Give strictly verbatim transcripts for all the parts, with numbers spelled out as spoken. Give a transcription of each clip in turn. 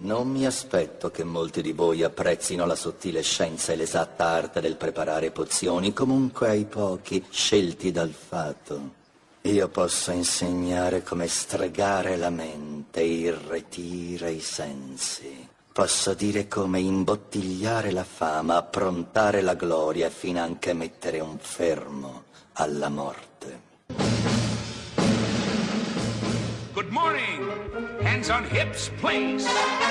Non mi aspetto che molti di voi apprezzino la sottile scienza e l'esatta arte del preparare pozioni, comunque ai pochi, scelti dal fato. Io posso insegnare come stregare la mente, irretire i sensi. Posso dire come imbottigliare la fama, approntare la gloria e finanche mettere un fermo alla morte. Good morning. Hands on hips, please.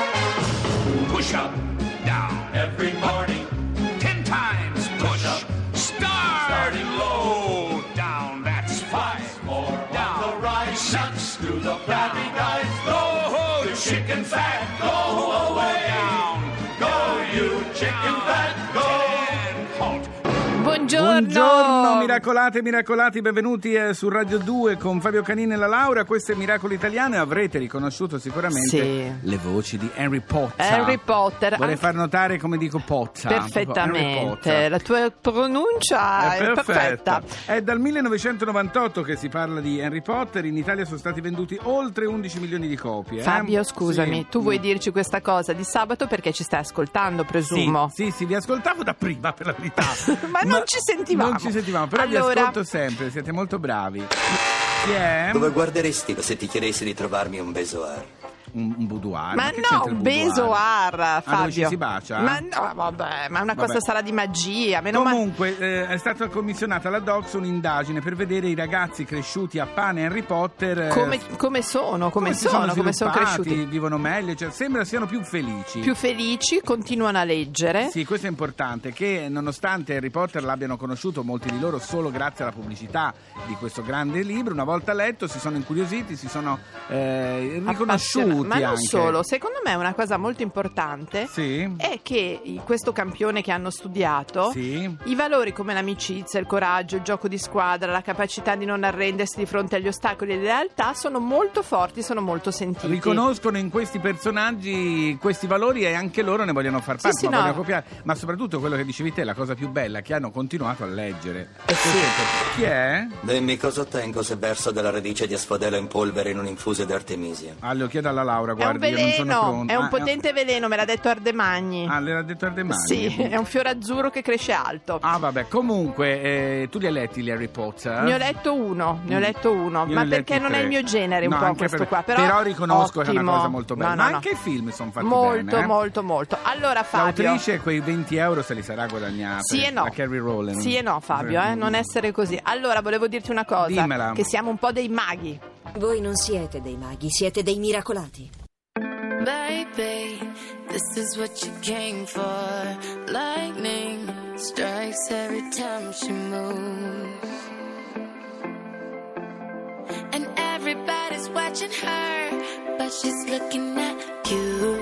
Push up, down. Every morning. Ten times push. Push up. Start. Starting low. Down. That's five. More down. On the rise. Six. Do the flabby guys. Go. The chicken fat. Go away. Down. Go, you chicken fat. Go. Ten. Halt. Buongiorno. Buongiorno, miracolate, miracolati, benvenuti eh, su Radio due con Fabio Canini e la Laura. Questo è Miracolo Italiano e avrete riconosciuto sicuramente Sì. le voci di Harry Potter. Harry Potter. Vorrei anche... far notare come dico Potter. Perfettamente, la tua pronuncia è, È perfetta. perfetta. È dal millenovecentonovantotto che si parla di Harry Potter. In Italia sono stati venduti oltre undici milioni di copie. eh? Fabio, scusami, Sì. tu vuoi dirci questa cosa di sabato perché ci stai ascoltando, presumo? Sì, sì, sì, vi ascoltavo da prima, per la verità. Ma non ci sentivamo. Non ci sentivamo, però Allora- vi ascolto sempre, siete molto bravi. Chi è? Dove guarderesti se ti chiedessi di trovarmi un besoar? Un, un boudoir. Ma che no, c'entra il un boudoir? besoar, Ah, Fabio. dove ci si bacia? Ma no, vabbè, ma una cosa Vabbè. sarà di magia. Meno male. Comunque eh, è stata commissionata alla Docs un'indagine per vedere i ragazzi cresciuti a pane Harry Potter eh, Come, come sono, come, si sono, come sono sviluppati, cresciuti. vivono meglio, cioè, sembra siano più felici. Più felici, continuano a leggere. Sì, questo è importante, che nonostante Harry Potter l'abbiano conosciuto molti di loro solo grazie alla pubblicità di questo grande libro, una volta letto si sono incuriositi, si sono eh, riconosciuti Appassiona- Ma non anche. solo, secondo me una cosa molto importante Sì. è che in questo campione che hanno studiato Sì. i valori come l'amicizia, il coraggio, il gioco di squadra, la capacità di non arrendersi di fronte agli ostacoli e alle realtà sono molto forti, sono molto sentiti. Riconoscono in questi personaggi questi valori e anche loro ne vogliono far parte, sì, ma no. vogliono copiare. Ma soprattutto quello che dicevi te, la cosa più bella, che hanno continuato a leggere. Eh sì. Chi è? Dimmi cosa ottengo se verso della radice di asfodelo in polvere in un infuso d'artemisia. Ah, lo chiedo alla Laura, È un guardi, io non sono veleno, pronto. è un Ah, potente veleno, me l'ha detto Ardemagni. Ah, l'era detto Ardemagni? Sì, è un fiore azzurro che cresce alto. Ah, vabbè, comunque, eh, tu li hai letti gli Harry Potter? Ne ho letto uno, ne ho letto uno, Io ma ne ho perché letti non è tre. il mio genere un No, po' anche questo per- qua. Però, però riconosco che è una ottimo. cosa molto bella. No, Ma no, no. anche i film sono fatti molto, bene. eh? molto, molto. Allora Fabio, L'autrice quei venti euro se li sarà guadagnati. sì e no, La Carrie Rowling. sì e no Fabio, eh? non essere così. Allora volevo dirti una cosa, Dimmela. che siamo un po' dei maghi. Voi non siete dei maghi, siete dei miracolati. Baby, this is what you came for. Lightning strikes every time she moves. And everybody's watching her, but she's looking at you.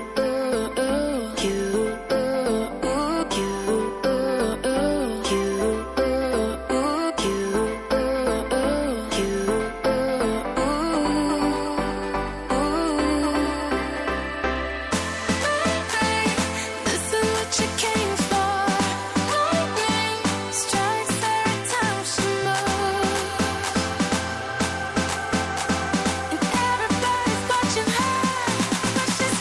She's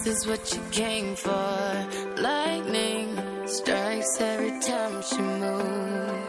This is what you came for. Lightning strikes every time she moves.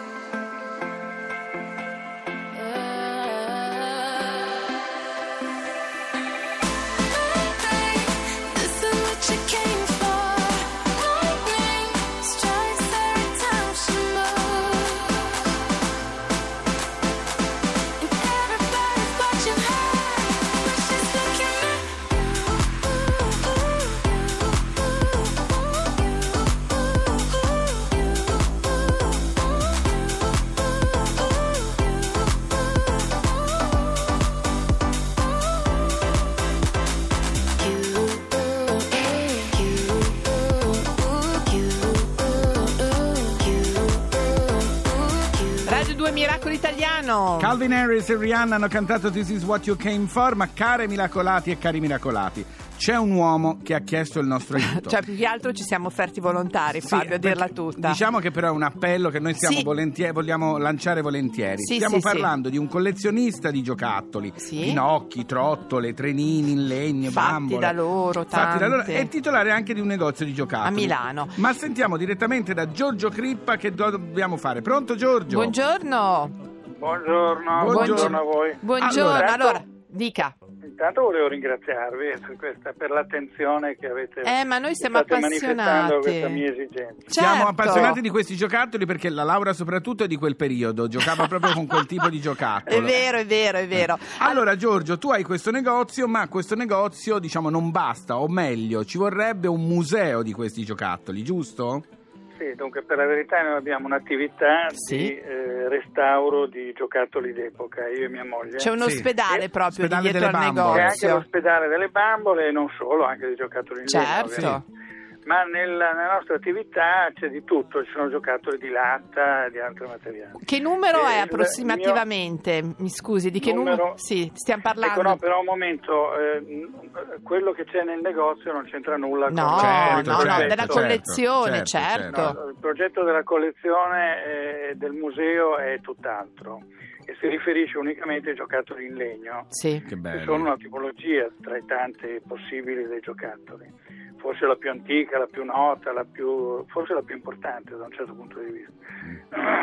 Miracolo Italiano. Calvin Harris e Rihanna hanno cantato This is what you came for, ma care miracolati e cari miracolati, c'è un uomo che ha chiesto il nostro aiuto. Cioè, più che altro ci siamo offerti volontari, Fabio, sì, a dirla tutta. Diciamo che però è un appello che noi siamo sì. volentieri, vogliamo lanciare volentieri. Sì, Stiamo sì, parlando sì. di un collezionista di giocattoli, sì. pinocchi, trottole, trenini in legno, fatti bambole. da loro, Fatti da loro. tante. È titolare anche di un negozio di giocattoli. A Milano. Ma sentiamo direttamente da Giorgio Crippa che dobbiamo fare. Pronto Giorgio? Buongiorno. Buongiorno, Buongiorno. buongiorno a voi. Buongiorno, Allora, allora, dica. Intanto volevo ringraziarvi per, questa, per l'attenzione che avete Eh, ma noi siamo state manifestando a appassionati. questa mia esigenza. Siamo Certo. appassionati di questi giocattoli perché la Laura soprattutto è di quel periodo, giocava proprio con quel tipo di giocattolo. È vero, è vero, è vero. Allora Giorgio, tu hai questo negozio, ma questo negozio diciamo non basta, o meglio, ci vorrebbe un museo di questi giocattoli, giusto? Sì, dunque per la verità noi abbiamo un'attività Sì. di eh, restauro di giocattoli d'epoca, io e mia moglie. C'è uno Sì. proprio Ospedale di dietro delle al bambole. C'è anche negozio. l'ospedale delle bambole e non solo, anche di giocattoli in legno, Certo. ovviamente. Ma nella, nella nostra attività c'è di tutto, ci sono giocattoli di latta e di altri materiali. Che numero Eh, è il approssimativamente? Mi scusi, di che numero? numero- Sì, stiamo parlando. Ecco, no, però un momento, eh, quello che c'è nel negozio non c'entra nulla con No, Certo, no, no, certo, della certo, collezione, certo, certo. No, il progetto della collezione e del museo è tutt'altro e si riferisce unicamente ai giocattoli in legno, Sì. Che che bello. sono una tipologia tra i tanti possibili dei giocattoli. Forse la più antica, la più nota, la più, forse la più importante da un certo punto di vista.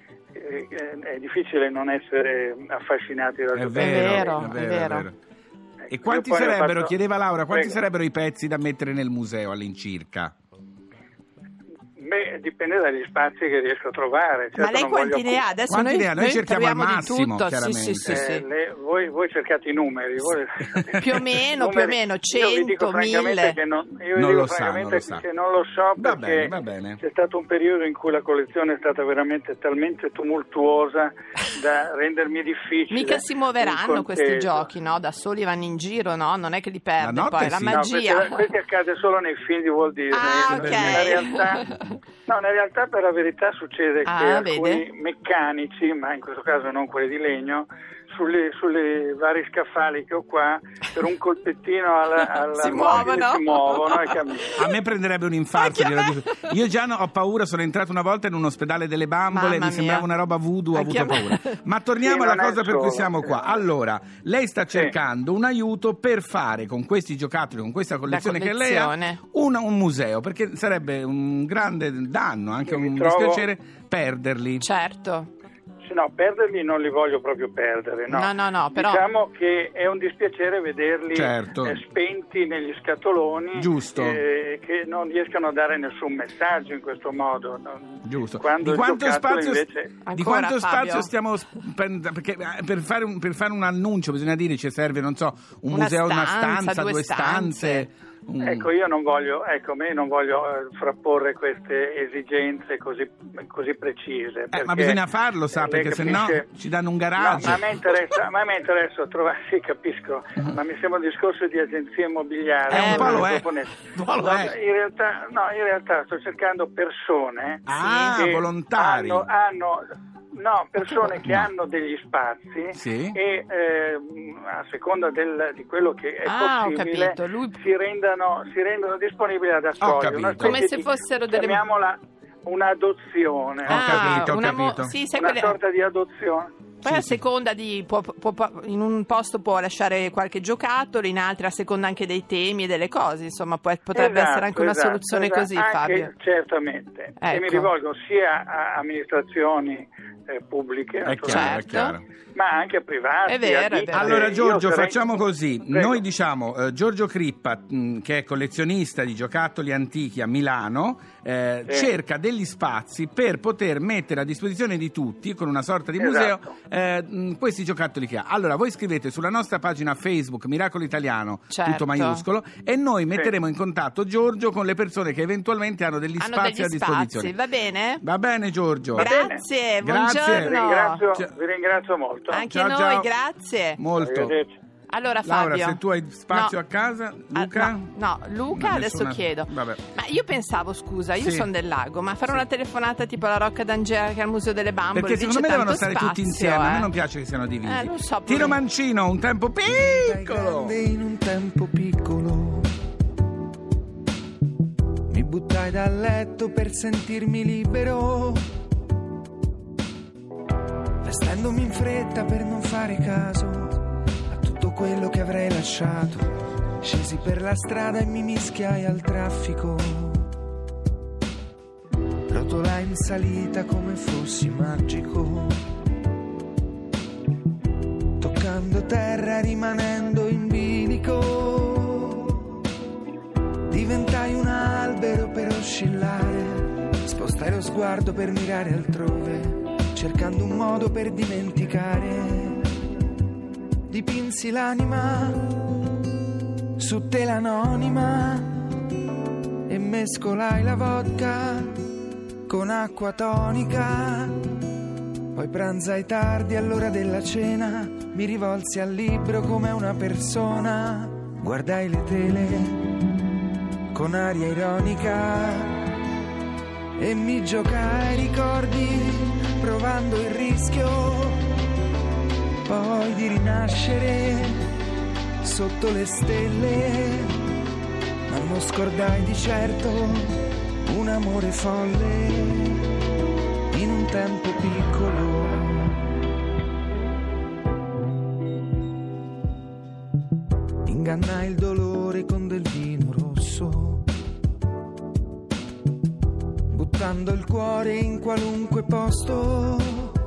Eh, È difficile non essere affascinati dal È giocattolo. vero, vero, è vero. Ecco, E quanti io poi ho sarebbero, fatto- chiedeva Laura, quanti Prego. sarebbero i pezzi da mettere nel museo all'incirca? Beh, dipende dagli spazi che riesco a trovare. Certo, Ma lei non quanti voglio ne ha? Adesso Quanti noi, ne ha? Noi cerchiamo al troviamo massimo, di tutto. Sì, chiaramente. sì, sì, Eh, sì. le- voi, voi cercate i numeri. Voi... Più o meno, più o meno, Io vi dico cento, francamente mille. che non, io vi Non dico lo sa, francamente non lo sa. che non lo so Va perché bene, va bene. c'è stato un periodo in cui la collezione è stata veramente talmente tumultuosa da rendermi difficile. Mica si muoveranno un questi conteggio. giochi, no? Da soli vanno in giro, no? Non è che li perde La notte poi, la sì. No, magia. questo, questo accade solo nei film di Walt Disney. Ah, ok. Nella realtà, no, nella realtà per la verità succede Ah, che alcuni vede? meccanici, ma in questo caso non quelli di legno, sulle, sulle vari scaffali che ho qua, per un colpettino alla, alla Si mobile muovono. si muovono e camminano. A me prenderebbe un infarto. Anche a glielo me. dico. Io già no- ho paura, sono entrato una volta in un ospedale delle bambole, Mamma mi sembrava mia. una roba voodoo, ho Anche avuto a me. paura. Ma torniamo Sì, alla non è cosa per solo, cui siamo sì. qua. Allora, lei sta cercando un aiuto per fare con questi giocattoli, con questa collezione, che lei ha, collezione. un, un museo, perché sarebbe un grande danno, anche Mi un trovo- dispiacere perderli. Certo. Sì, no, perderli non li voglio proprio perdere, no. No, no, no, però- Diciamo che è un dispiacere vederli Certo. eh, spenti negli scatoloni, Giusto. eh, che non riescano a dare nessun messaggio in questo modo. no? Giusto. Quando Di il quanto giocattolo spazio, invece... di Ancora, quanto Fabio? spazio stiamo sp- perché eh, per fare, un, per fare un annuncio bisogna dire ci serve, non so, un Una museo, una stanza, stanza, due due stanze. stanze. un- Ecco, io non voglio, ecco, me non voglio eh, frapporre queste esigenze così, così precise. Eh, ma perché, bisogna farlo, sa, eh, lei perché se no capisce- ci danno un No, garage. ma a me interessa, ma a me interessa trovare, sì, capisco, ma mi sembra un discorso di agenzie immobiliari. Eh, un po' lo è. Proponete. Un po' lo No, è. In realtà, no, in realtà sto cercando persone Ah, che volontari. hanno, hanno no, persone che No. hanno degli spazi Sì. e ehm, a seconda del- di quello che è Ah, ho possibile capito, lui- si, rendano, si rendono disponibili ad Ho accogliere. capito. Una specie Come se di- fossero delle- chiamiamola un'adozione. Ho capito, ho una mo- capito. sì, sai Una quelle- sorta di adozione. Poi Sì, a sì. seconda di può, può- può- in un posto può lasciare qualche giocattolo, in altri a seconda anche dei temi e delle cose, insomma può- potrebbe Esatto, essere anche una esatto, soluzione esatto, così, anche- Fabio. Certamente, e Ecco. mi rivolgo sia a amministrazioni eh, pubbliche, È chiaro, naturalmente, è chiaro. ma anche a privati. È vero, a è ditte. vero. Allora Io Giorgio, sarei- facciamo così, Prego. noi diciamo eh, Giorgio Crippa, mh, che è collezionista di giocattoli antichi a Milano, eh, Sì. cerca degli spazi per poter mettere a disposizione di tutti, con una sorta di museo, Esatto. eh, mh, questi giocattoli che ha. Allora voi scrivete sulla nostra pagina Facebook Miracolo Italiano, Certo. tutto maiuscolo, e noi metteremo in contatto Giorgio con le persone che eventualmente hanno degli Hanno spazi degli a disposizione. spazi, va bene? Va bene Giorgio? Grazie, Grazie. Vi buongiorno. ringrazio, Ciao. vi ringrazio molto. Anche Ciao, noi, ciao. grazie. Molto. Arrivederci. Allora Fabio. Laura, se tu hai spazio No. a casa, Luca? Ah, no, no, Luca No, adesso nessuna- chiedo. Vabbè. Ma io pensavo, scusa, io Sì. sono del lago, ma fare una telefonata tipo alla Rocca d'Angera che è al Museo delle Bambole, Perché lì secondo me c'è devono tanto stare tutti spazio, insieme, a me eh. non piace che siano divisi. Eh, lo so, Tino pure- Mancino, un tempo piccolo. Grande in un tempo piccolo, mi buttai dal letto per sentirmi libero, vestendomi in fretta per non fare caso a tutto quello che avrei lasciato. Scesi per la strada e mi mischiai al traffico, rotolai in salita come fossi magico, toccando terra rimanendo in bilico. Diventai un albero per oscillare, spostai lo sguardo per mirare altrove, cercando un modo per dimenticare. Dipinsi l'anima su tela anonima e mescolai la vodka con acqua tonica. Poi pranzai tardi all'ora della cena, mi rivolsi al libro come una persona, guardai le tele con aria ironica e mi giocai ricordi provando il rischio poi di rinascere sotto le stelle, ma non scordai di certo un amore folle in un tempo piccolo. Ingannai il dolore con del vino rosso, buttando il cuore in qualunque posto.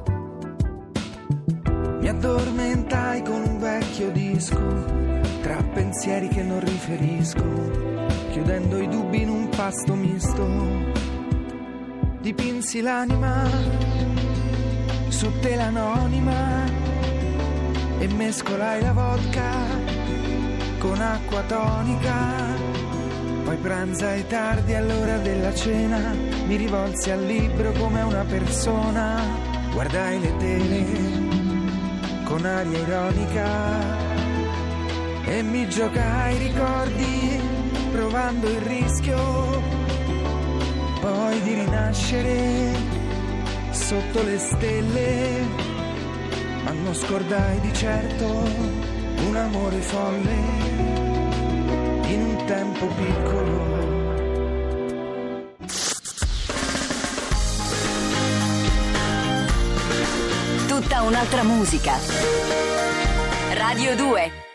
Mi addormentai con un vecchio disco, tra pensieri che non riferisco, chiudendo i dubbi in un pasto misto. Dipinsi l'anima su tela anonima e mescolai la vodka con acqua tonica. Poi pranzai tardi all'ora della cena, mi rivolsi al libro come una persona, guardai le tele con aria ironica e mi giocai ricordi provando il rischio poi di rinascere sotto le stelle, ma non scordai di certo un amore folle in un tempo piccolo. Tutta un'altra musica. Radio due.